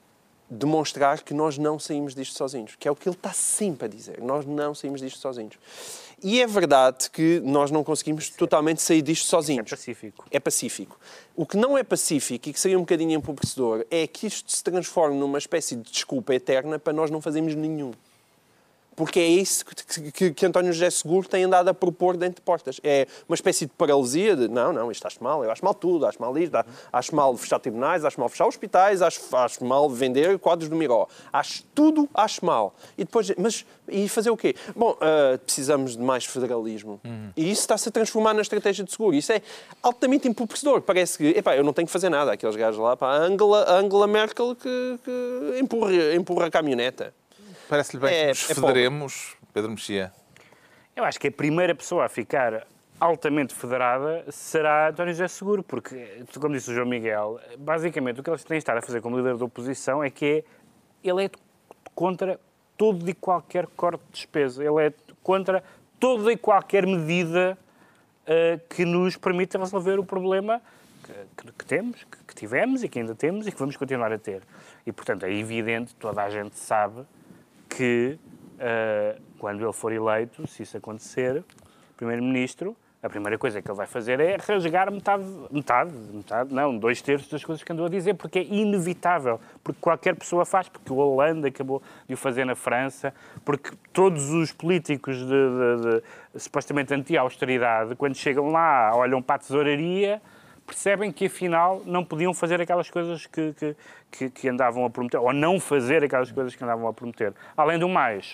demonstrar que nós não saímos disto sozinhos, que é o que ele está sempre a dizer. Nós não saímos disto sozinhos. E é verdade que nós não conseguimos totalmente sair disto sozinhos. É pacífico. É pacífico. O que não é pacífico e que seria um bocadinho empobrecedor é que isto se transforme numa espécie de desculpa eterna para nós não fazermos nenhum. Porque é isso que, que, que António José Seguro tem andado a propor dentro de portas. É uma espécie de paralisia de não, não, isto acho mal, eu acho mal tudo, acho mal isto, acho mal fechar tribunais, acho mal fechar hospitais, acho, acho mal vender quadros do Miró. Acho tudo, acho mal. E depois, mas e fazer o quê? Bom, uh, precisamos de mais federalismo. Uhum. E isso está-se a transformar na estratégia de Seguro. Isso é altamente empobrecedor. Parece que, epá, eu não tenho que fazer nada. Aqueles gajos lá, pá, a Angela, a Angela Merkel que, que empurra, empurra a caminhoneta. Parece-lhe bem É- que nos é federemos, Pedro Mexia. Eu acho que a primeira pessoa a ficar altamente federada será António José Seguro, porque, como disse o João Miguel, basicamente o que ele tem estado a fazer como líder da oposição é que é, ele é contra todo e qualquer corte de despesa. Ele é contra toda e qualquer medida uh, que nos permita resolver o problema que, que, que temos, que, que tivemos e que ainda temos e que vamos continuar a ter. E, portanto, é evidente, toda a gente sabe que, uh, quando ele for eleito, se isso acontecer, Primeiro-Ministro, a primeira coisa que ele vai fazer é rasgar metade, metade, metade, não, dois terços das coisas que andou a dizer, porque é inevitável, porque qualquer pessoa faz, porque o Hollande acabou de o fazer na França, porque todos os políticos de, de, de, supostamente anti-austeridade, quando chegam lá, olham para a tesouraria, percebem que, afinal, não podiam fazer aquelas coisas que, que, que, que andavam a prometer, ou não fazer aquelas coisas que andavam a prometer. Além do mais,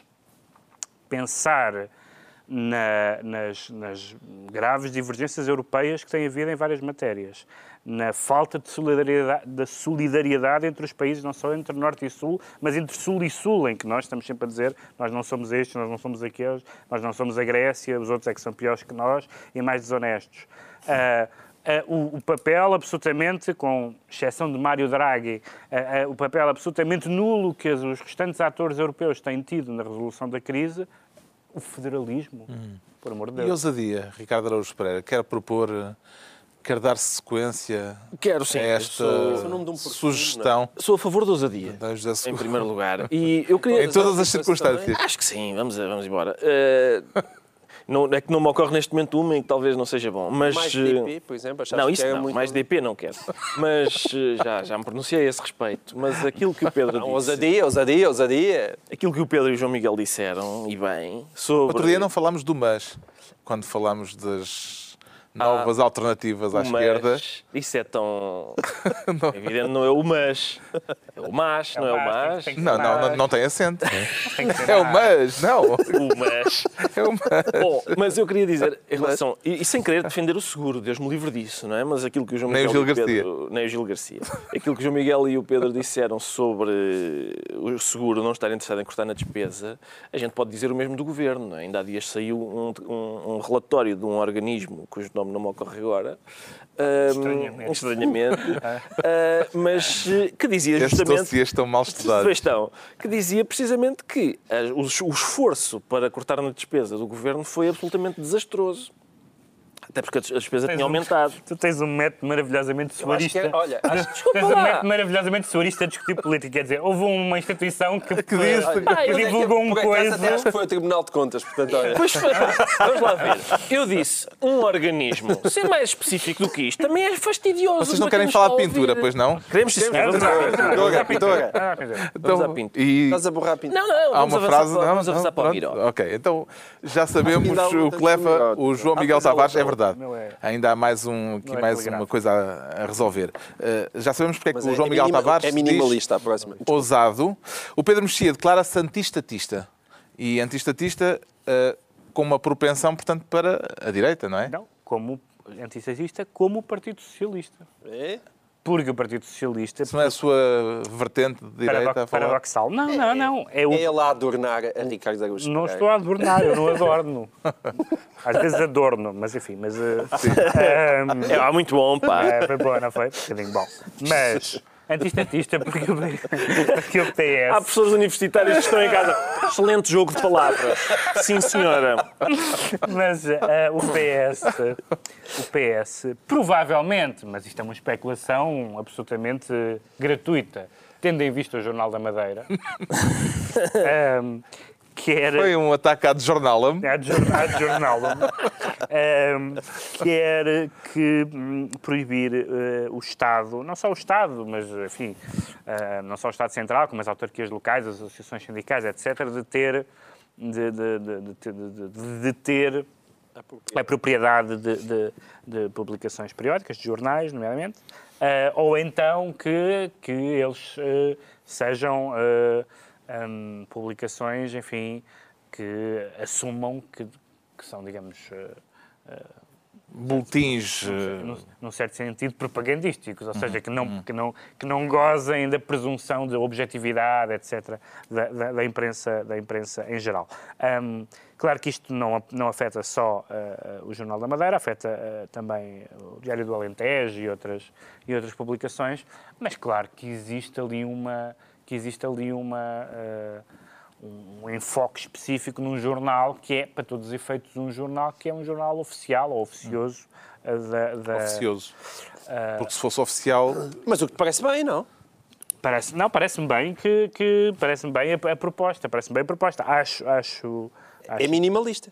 pensar na, nas, nas graves divergências europeias que têm havido em várias matérias, na falta de solidariedade, de solidariedade entre os países, não só entre Norte e Sul, mas entre Sul e Sul, em que nós estamos sempre a dizer nós não somos estes, nós não somos aqueles, nós não somos a Grécia, os outros é que são piores que nós e mais desonestos. Uh, Uh, o, o papel absolutamente, com exceção de Mário Draghi, uh, uh, o papel absolutamente nulo que os restantes atores europeus têm tido na resolução da crise, o federalismo, hum. por amor de Deus. E ousadia, Ricardo Araújo Pereira, quer propor, quer dar sequência Quero, sim. a esta Eu sou- de um sugestão Sou a favor da ousadia, de José em Seguro? primeiro lugar. E eu queria... Em todas as circunstâncias. Acho que sim, vamos, vamos embora. Uh, não, é que não me ocorre neste momento uma em que talvez não seja bom. Mas, Mais D P, por exemplo, achaste não, que isso era não, muito... mais D P não quero. Mas uh, já, já me pronunciei a esse respeito. Mas aquilo que o Pedro Não, disse... ousadia, ousadia, ousadia. Aquilo que o Pedro e o João Miguel disseram, e bem, sobre... Outro dia não falámos do mas, quando falámos das novas alternativas à o esquerda. mas, isso é tão... É evidente, não é o mas. É o mas, não é o mas. tem que- Não, não, não, não tem acento. Tem que ser É o mais. mas, não. O mas. É o mas. Bom, mas eu queria dizer, em relação... E, e sem querer defender o seguro, Deus me livre disso, não é? Mas aquilo que o João Nem o Miguel Gil e o Pedro... Nem o Gil Garcia. Aquilo que o João Miguel e o Pedro disseram sobre o seguro não estar interessado em cortar na despesa, a gente pode dizer o mesmo do Governo, não é? Ainda há dias saiu um, um, um relatório de um organismo, cujo nome não me ocorre agora, um, Estranhamente. estranhamente, uh, mas uh, que dizia Estes justamente... dossiês estão mal estudados. Pois estão. Que dizia precisamente que uh, o, o esforço para cortar na despesa do Governo foi absolutamente desastroso. Até porque a des- a despesa Tens tinha um- aumentado. Tu tens um método maravilhosamente Eu acho que suarista. é- olha, acho que Desculpa Tens um lá. método maravilhosamente suarista a discutir política. Quer dizer, houve uma instituição que, Que disse- que Ah, eu- divulgou uma por acaso, coisa. até acho que foi o Tribunal de Contas, portanto, olha. Pois foi. Vamos lá ver. Eu disse um organismo. Ser mais específico do que isto também é fastidioso. Vocês não para querem quem nos falar está de a pintura, ouvir. pois não? Queremos, sim, senhor. Vamos à pintura. Pintura, pintura. Ah, quer dizer, Vamos à pintura. e Estás a borrar a pintura. Não, não, há vamos uma avançar frase. para, Não, vamos avançar não, para o pronto. Miró. Ok, então já sabemos Ainda há o outra que leva do o João Ah, Miguel pois há Tavares. É outra. verdade. Não é. Ainda há mais, um, aqui Não é mais telegrafo. uma coisa a, a resolver. Uh, já sabemos porque é que Mas o é- João é Miguel minima- Tavares é se diz minimalista a próxima. ousado. O Pedro Mexia declara-se antistatista. E antistatista uh, com uma propensão, portanto, para a direita, não é? não, como antisseista, como o Partido Socialista. É? Porque o Partido Socialista... Isso não é a sua vertente de direita Paradox- a falar? paradoxal. Não, não, não. É o... É ele a adornar a Ricardo Araújo Não Pereira. estou a adornar, eu não adorno. Às vezes adorno, mas enfim. Mas, uh, um, É, ah, muito bom, pá. É, foi boa, não foi? Um bocadinho bom. Mas, antistatista, porque, o- porque o P Há S... professores universitários que estão em casa. Excelente jogo de palavras. Sim, senhora. Mas uh, o P S... O P S, provavelmente, mas isto é uma especulação absolutamente gratuita, tendo em vista o Jornal da Madeira, um, quer... Foi um ataque à de jornal. À de jornal. um, quer que um, proibir uh, o Estado, não só o Estado, mas, enfim, uh, não só o Estado Central, como as autarquias locais, as associações sindicais, etcétera, de ter... De, de, de, de, de, de, de ter a propriedade de, de, de publicações periódicas, de jornais, nomeadamente, uh, ou então que, que eles uh, sejam uh, um, publicações, enfim, que assumam que, que são, digamos, uh, uh, boletins... Num, num certo sentido, propagandísticos, ou seja, que não, que não, que não gozem da presunção de objetividade, etcétera, da, da, da, imprensa, da imprensa em geral. Um, claro que isto não, não afeta só uh, o Jornal da Madeira, afeta uh, também o Diário do Alentejo e outras, e outras publicações, mas claro que existe ali uma... Que existe ali uma uh, um enfoque específico num jornal que é, para todos os efeitos, um jornal que é um jornal oficial ou oficioso. Uh, da, da, Oficioso. Uh, Porque se fosse oficial... Mas o que parece bem, não? Parece, não, parece-me bem que, que parece-me bem a, a proposta, parece-me bem a proposta. Acho, acho, acho... É minimalista.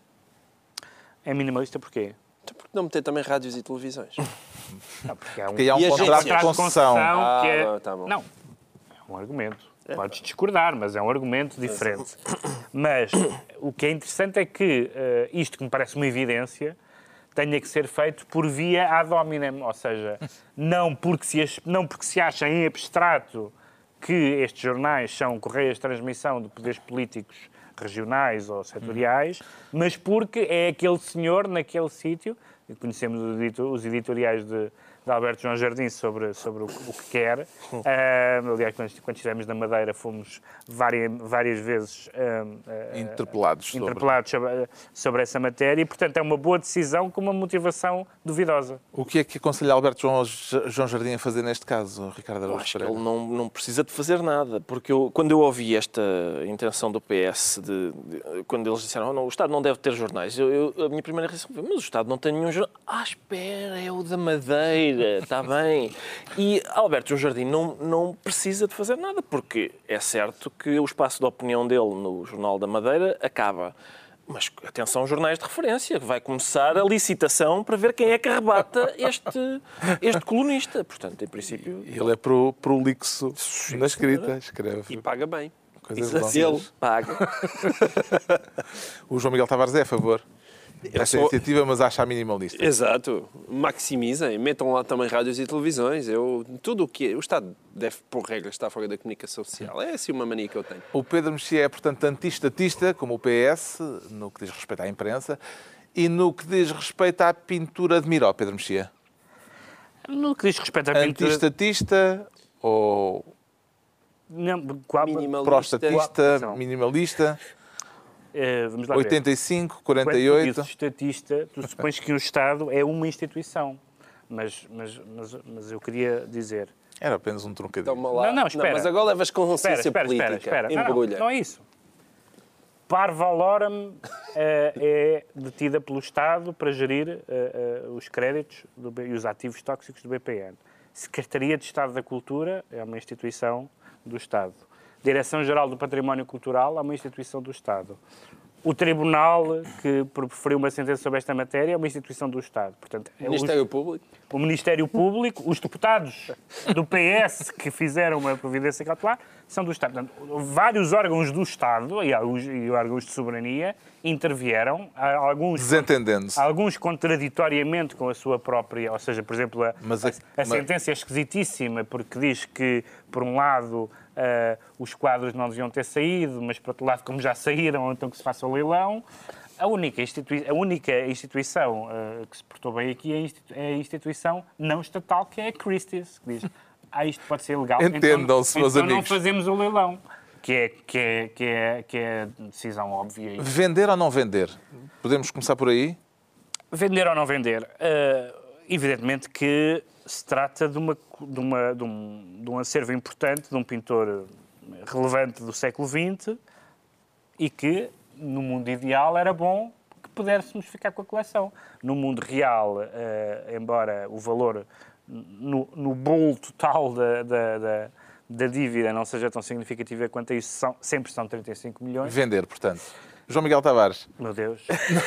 É minimalista porquê? Então, porque não meter também rádios e televisões? Não, porque há um, porque há um E contrato agências? de concessão. Ah, que é... bom, tá bom. Não, é um argumento. Podes discordar, mas é um argumento diferente. Mas o que é interessante é que uh, isto, que me parece uma evidência, tenha que ser feito por via ad hominem, ou seja, não porque se, não porque se acha em abstrato que estes jornais são correias de transmissão de poderes políticos regionais ou setoriais, mas porque é aquele senhor naquele sítio, conhecemos os editoriais de, de Alberto João Jardim sobre, sobre o, o que quer. Uh, aliás, quando, quando estivemos na Madeira, fomos várias, várias vezes uh, uh, interpelados, sobre. interpelados sobre, sobre essa matéria e, portanto, é uma boa decisão com uma motivação duvidosa. O que é que aconselha Alberto João, João Jardim a fazer neste caso, Ricardo Araújo Acho que Pereira? ele não, não precisa de fazer nada, porque eu, quando eu ouvi esta intenção do P S, de, de, quando eles disseram oh, não, o Estado não deve ter jornais, eu, eu, a minha primeira reação foi, mas o Estado não tem nenhum jornal. Ah, espera, é o da Madeira, está bem. E Alberto João Jardim não, não precisa de fazer nada, porque é certo que o espaço de opinião dele no Jornal da Madeira acaba. Mas, atenção, jornais de referência, vai começar a licitação para ver quem é que arrebata este, este colunista. Portanto, em princípio... Ele é pro, prolixo na escrita, escreve. E paga bem. Coisas Exato. Ele paga. O João Miguel Tavares é a favor desta sou- iniciativa, mas acha minimalista. Exato. Maximizem. Metam lá também rádios e televisões. Eu, tudo o que é. O Estado deve, por regra, estar fora da comunicação social. É assim uma mania que eu tenho. O Pedro Mexia é, portanto, anti-estatista, como o P S, no que diz respeito à imprensa, e no que diz respeito à pintura de Miró, Pedro Mexia. No que diz respeito à pintura... Anti-estatista ou Não, qual... Minimalista. pró-estatista, Não. minimalista? Uh, vamos lá ver. oitenta e cinco, Quando quarenta e tu oito. dizes estatista, tu supões que o Estado é uma instituição. Mas, mas, mas, mas eu queria dizer... Era apenas um trocadilho. Toma lá. Não, não, espera. mas agora levas consciência Espera, espera, política. espera. espera. Não, Embrulha. não, não é isso. Parvalorum uh, é detida pelo Estado para gerir uh, uh, os créditos do B- e os ativos tóxicos do B P N. Secretaria de Estado da Cultura é uma instituição do Estado. Direção-Geral do Património Cultural é uma instituição do Estado. O Tribunal que proferiu uma sentença sobre esta matéria é uma instituição do Estado. Portanto, é Ministério os, Público. o Ministério Público, os deputados do P S que fizeram uma providência cautelar são do Estado. Portanto, vários órgãos do Estado e, alguns, e órgãos de soberania intervieram, alguns, Desentendendo-se. alguns contraditoriamente com a sua própria, ou seja, por exemplo, a, Mas a- a, a mas- sentença é esquisitíssima porque diz que, por um lado, Uh, os quadros não deviam ter saído, mas, por outro lado, como já saíram, então que se faça o leilão. A única, institui a única instituição uh, que se portou bem aqui é a, institu é a instituição não estatal, que é a Christie's, que diz, ah, isto pode ser legal, Entendam-se, então, meus então não amigos. fazemos o leilão. Que é, que, é, que, é, que é a decisão óbvia. Vender ou não vender? Podemos começar por aí? Vender ou não vender? Uh, evidentemente que se trata de, uma, de, uma, de, um, de um acervo importante, de um pintor relevante do século vinte e que, no mundo ideal, era bom que pudéssemos ficar com a coleção. No mundo real, uh, embora o valor no, no bolo total da, da, da, da dívida não seja tão significativa quanto isso, são, sempre são trinta e cinco milhões. Vender, portanto. João Miguel Tavares. Meu Deus.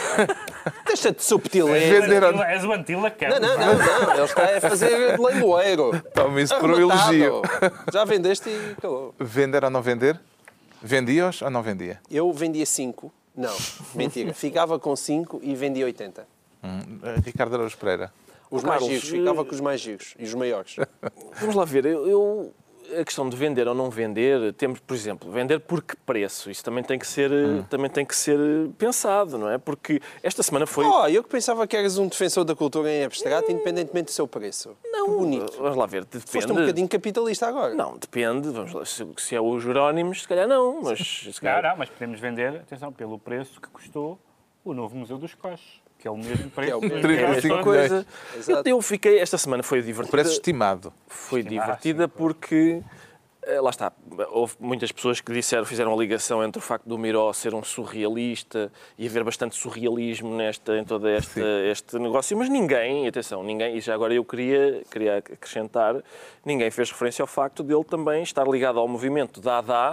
Deixa-te subtileza. Vender ou não? És o Antila Não, não, não, não. Ele está a fazer de leiloeiro. Toma isso por um Arrematado. elogio. Já vendeste e acabou. Vender ou não vender? Vendia-os ou não vendia? Eu vendia cinco. Não, mentira. Ficava com cinco e vendia oitenta. Hum, Ricardo Araújo Pereira. Os Oh, mais Carlos, giros. Ficava com os mais giros e os maiores. Vamos lá ver, eu, eu- a questão de vender ou não vender, temos, por exemplo, vender por que preço? Isso também tem que ser, também tem que ser pensado, não é? Porque esta semana foi... Oh, eu que pensava que eras um defensor da cultura em abstrato, independentemente do seu preço. não, Que bonito. vamos lá ver, depende... Foste um bocadinho capitalista agora. Não, depende, vamos lá, se, se é os Jerónimos, se calhar não, mas... Se Não, calhar... não, mas podemos vender, atenção, pelo preço que custou o novo Museu dos Coches, que é o mesmo preço. é o mesmo. É a trinta e mesma cinco coisa. Exato. Eu fiquei, esta semana foi divertida. Preço estimado. Foi Estimar, divertida sim, claro. porque, eh, lá está, houve muitas pessoas que disseram, fizeram a ligação entre o facto do Miró ser um surrealista e haver bastante surrealismo nesta, em todo este, este negócio, mas ninguém, atenção, ninguém, e já agora eu queria, queria acrescentar, ninguém fez referência ao facto dele também estar ligado ao movimento Dada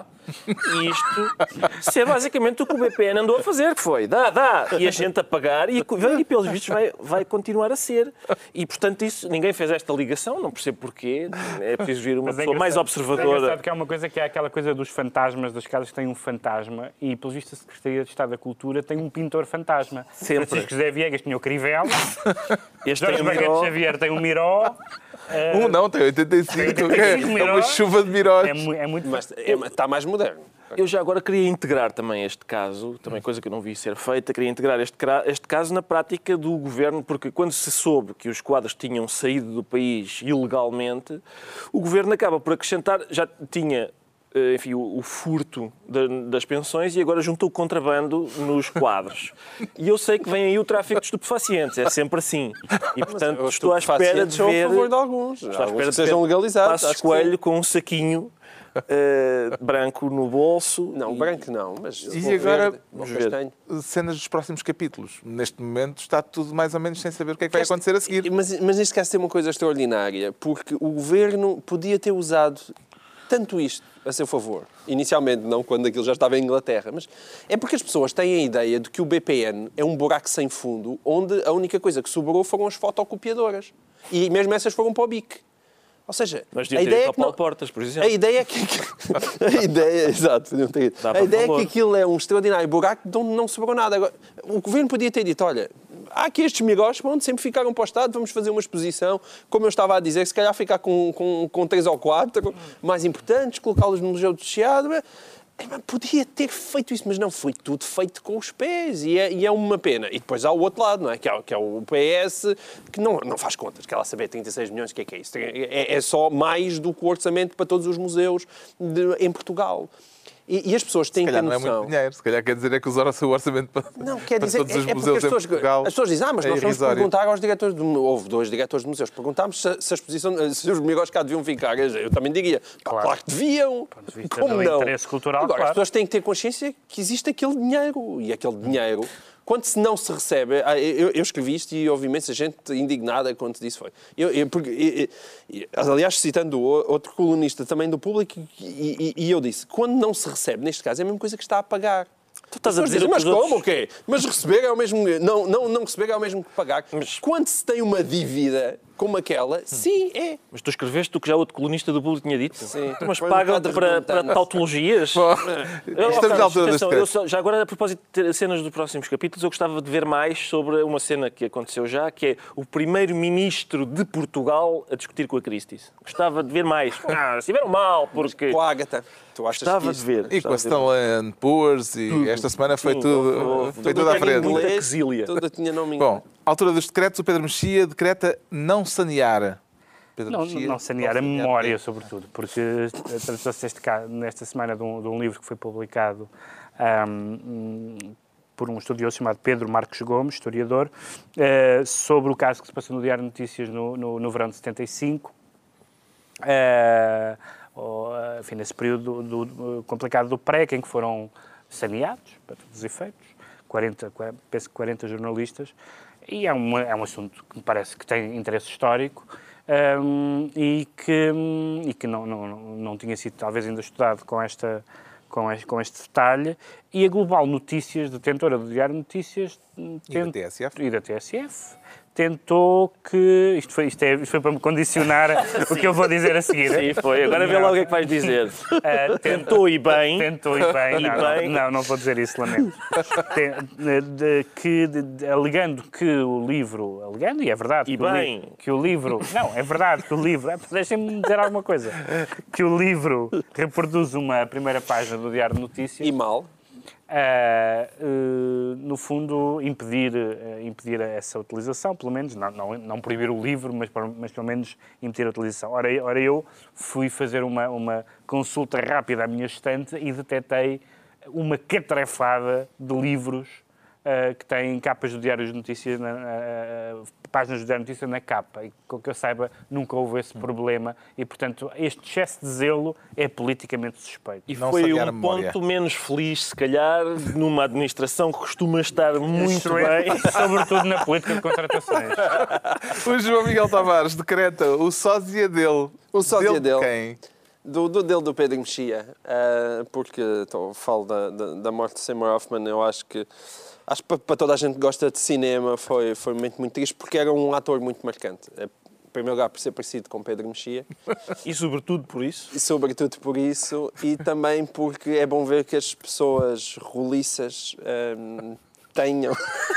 e isto ser basicamente o que o B P N andou a fazer, que foi Dada, e a gente a pagar e, e pelos vistos vai, vai continuar a ser. E, portanto, isso, ninguém fez esta ligação, não percebo porquê, é preciso vir uma Mas é pessoa mais engraçado- É observadora. engraçado que há uma coisa que é aquela coisa dos fantasmas, das casas que têm um fantasma, e, pelo visto, a Secretaria de Estado da Cultura tem um pintor fantasma. Sempre. Francisco José Viegas tinha o Crivella, Este Jorge tem o Marquete Miró. Xavier tem o Miró. Um não, tem oitenta e cinco. oitenta e cinco É uma milhões. chuva de mirós. É, mu- é muito... Mas é- está mais moderno. Eu já agora queria integrar também este caso, também coisa que eu não vi ser feita, queria integrar este, cra- este caso na prática do governo, porque quando se soube que os quadros tinham saído do país ilegalmente, o governo acaba por acrescentar, já tinha, eh, enfim, o, o furto da- das pensões e agora juntou o contrabando nos quadros. E eu sei que vem aí o tráfico de estupefacientes, é sempre assim. E, portanto, Eu estou à espera de sou a ver... favor de alguns. Estou à Alguns espera que de sejam ver legalizados. Passos acho que Coelho sim. com um saquinho eh, branco no bolso. Não, e- branco não, mas E ou agora- verde, ou Vamos ver. castanho. Cenas dos próximos capítulos. Neste momento está tudo mais ou menos sem saber o que é que vai acontecer a seguir. Mas, mas neste caso tem uma coisa extraordinária, porque o governo podia ter usado tanto isto a seu favor. Inicialmente, não quando aquilo já estava em Inglaterra, mas é porque as pessoas têm a ideia de que o B P N é um buraco sem fundo, onde a única coisa que sobrou foram as fotocopiadoras. E mesmo essas foram para o B I C. Ou seja, Mas a devia ter ideia ido é que ao não... Paulo Portas, por exemplo. A ideia é que... a ideia, exato, podiam ter ido. Dá A para ideia é valor. que aquilo é um extraordinário buraco de onde não sobrou nada. Agora, o governo podia ter dito, olha, há aqui estes migós, onde sempre ficaram para o Estado, vamos fazer uma exposição, como eu estava a dizer, se calhar ficar com, com, com três ou quatro mais importantes, colocá-los no Museu do Chiado. Podia ter feito isso, mas não, foi tudo feito com os pés e é, e é uma pena. E depois há o outro lado, não é? Que é, que é o P S, que não, não faz contas, que ela saber trinta e seis milhões, o que é que é isso? É, é só mais do que o orçamento para todos os museus de- em Portugal. E, e as pessoas têm Se que calhar ter não é noção... muito dinheiro. Se calhar quer dizer é que usaram o seu orçamento para, Não, quer para dizer, todos é, os é porque museus as em pessoas, Portugal. as pessoas dizem, ah, mas É nós vamos irrisório. perguntar aos diretores de houve dois diretores de museus, perguntámos se, se a exposição, se os migós cá deviam ficar. Eu também diria, pá, claro. Claro. que deviam. ponto de vista Como do não? interesse cultural, Agora, claro. as pessoas têm que ter consciência que existe aquele dinheiro. E aquele dinheiro, quando se não se recebe... ah, Eu, eu escrevi isto e houve imensa gente indignada quando disse foi. Eu, eu, porque, e- e- aliás, citando o- outro colunista também do Público, e, e- e eu disse, quando não se recebe, neste caso, é a mesma coisa que está a pagar. Tu estás a As pessoas dizer dizem, mas que os como, o outros- quê? Mas receber é o mesmo... Não, não, não receber é o mesmo que pagar. Mas quando se tem uma dívida como aquela, sim, é. Mas tu escreveste o que já outro colunista do Público tinha dito? Sim. Mas Foi um pagam bocado para, redundante. para tautologias? Eu, Estamos Carlos, na altura das atenção, eu decretos. só- já agora, a propósito de ter cenas dos próximos capítulos, eu gostava de ver mais sobre uma cena que aconteceu já, que é o primeiro-ministro de Portugal a discutir com a Christie's. Gostava de ver mais. Ah, se estiveram mal, porque... Com a Ágata. Tu achas Gostava que de isso... ver. E com a gostava de ver. Standard and Poor's e esta semana foi Sim, tudo, houve- foi tudo tudo à que é frente. inglês. Inglês, quesilha. Toda tinha nome inglês. Bom, altura dos decretos, o Pedro Mexia decreta não sanear. Pedro Não, Mexia, não sanear a não memória, sobretudo, porque tratou-se este caso, nesta semana de um, de um livro que foi publicado ahm, por um estudioso chamado Pedro Marcos Gomes, historiador, eh, sobre o caso que se passou no Diário de Notícias no, no, no verão de setenta e cinco. Eh, ou, enfim, nesse período do, do- complicado do PREC, em que foram saneados, para todos os efeitos, quarenta, penso que quarenta jornalistas, e é um, é um assunto que me parece que tem interesse histórico, um, e que, e que não, não, não tinha sido talvez ainda estudado com, esta, com, este, com este detalhe. E a Global Notícias, detentora do Diário Notícias, E tent... da T S F. e da T S F, tentou que... Isto foi, isto é, isto foi para me condicionar o que eu vou dizer a seguir. Sim, foi. Agora vê lá o que é que vais dizer. Uh, Tentou e bem. Tentou e bem. E Não, bem. não, não, não vou dizer isso, lamento. Tem- de- de- que, de- de- alegando que o livro... Alegando, e é verdade. E que o li- bem. que o livro... Não, é verdade que o livro... é, Deixem-me dizer alguma coisa. Que o livro reproduz uma primeira página do Diário de Notícias. E mal. Uh, uh, no fundo, impedir, uh, impedir essa utilização, pelo menos, não, não, não proibir o livro, mas, mas pelo menos impedir a utilização. Ora, ora eu fui fazer uma, uma consulta rápida à minha estante e detectei uma catrefada de livros uh, que têm capas do Diário de Notícias, na, uh, páginas do Diário de Notícias na capa. E, com que eu saiba, nunca houve esse problema e, portanto, este excesso de zelo é politicamente suspeito. E Não foi saquear a um memória. ponto menos feliz, se calhar, numa administração que costuma estar muito Excelente, bem. sobretudo na política de contratações. O João Miguel Tavares decreta o sósia dele. O sósia dele. Quem? Do, do dele do Pedro Mexia, uh, porque então, falo da, da, da morte de Seymour Hoffman, eu acho que acho que para, para toda a gente que gosta de cinema foi, foi um momento muito triste, porque era um ator muito marcante. Em primeiro lugar por ser parecido com Pedro Mexia. E sobretudo por isso. E sobretudo por isso, e também porque é bom ver que as pessoas roliças um, tenham...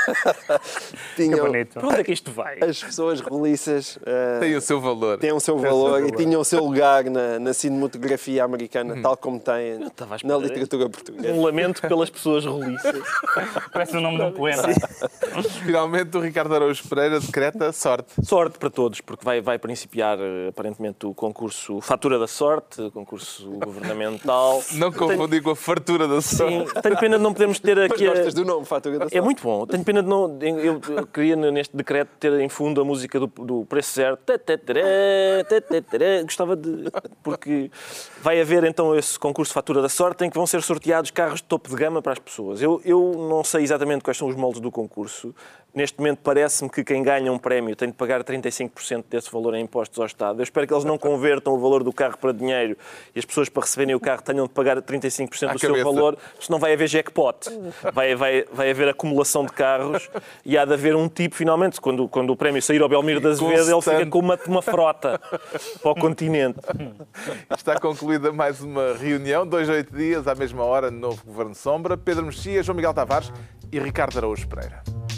Que tinham bonito. Para onde é que isto vai? as pessoas roliças uh, Tem o seu valor. têm o seu Tem o seu valor valor. e tinham o seu lugar na, na cinematografia americana, tal como têm estava à na espera. literatura portuguesa. Um lamento pelas pessoas roliças. Parece o nome de um poema. Finalmente, o Ricardo Araújo Pereira decreta sorte. Sorte para todos, porque vai, vai principiar eh, aparentemente o concurso Fatura da Sorte, o concurso governamental. Não confundir com a fartura da sorte. Sim, tenho pena de não podermos ter Mas aqui. a- gostas do nome, Fatura da Sorte? É muito bom. Tenho pena de não. Eu eu queria neste decreto ter em fundo a música do, do Preço Certo. Tatatara, tatatara. Gostava de. Porque vai haver então esse concurso de Fatura da Sorte em que vão ser sorteados carros de topo de gama para as pessoas. Eu, eu não sei exatamente quais são os moldes do concurso. Neste momento parece-me que quem ganha um prémio tem de pagar trinta e cinco por cento desse valor em impostos ao Estado. Eu espero que eles não convertam o valor do carro para dinheiro e as pessoas para receberem o carro tenham de pagar trinta e cinco por cento À do seu cabeça. valor, senão vai haver jackpot. Vai, vai, vai haver acumulação de carros e há de haver um tipo, finalmente, quando, quando o prémio sair ao Belmiro de Azevedo, ele fica com uma, uma frota para o continente. Está concluída mais uma reunião, dois a oito dias, à mesma hora, no novo Governo Sombra. Pedro Mexia, João Miguel Tavares e Ricardo Araújo Pereira.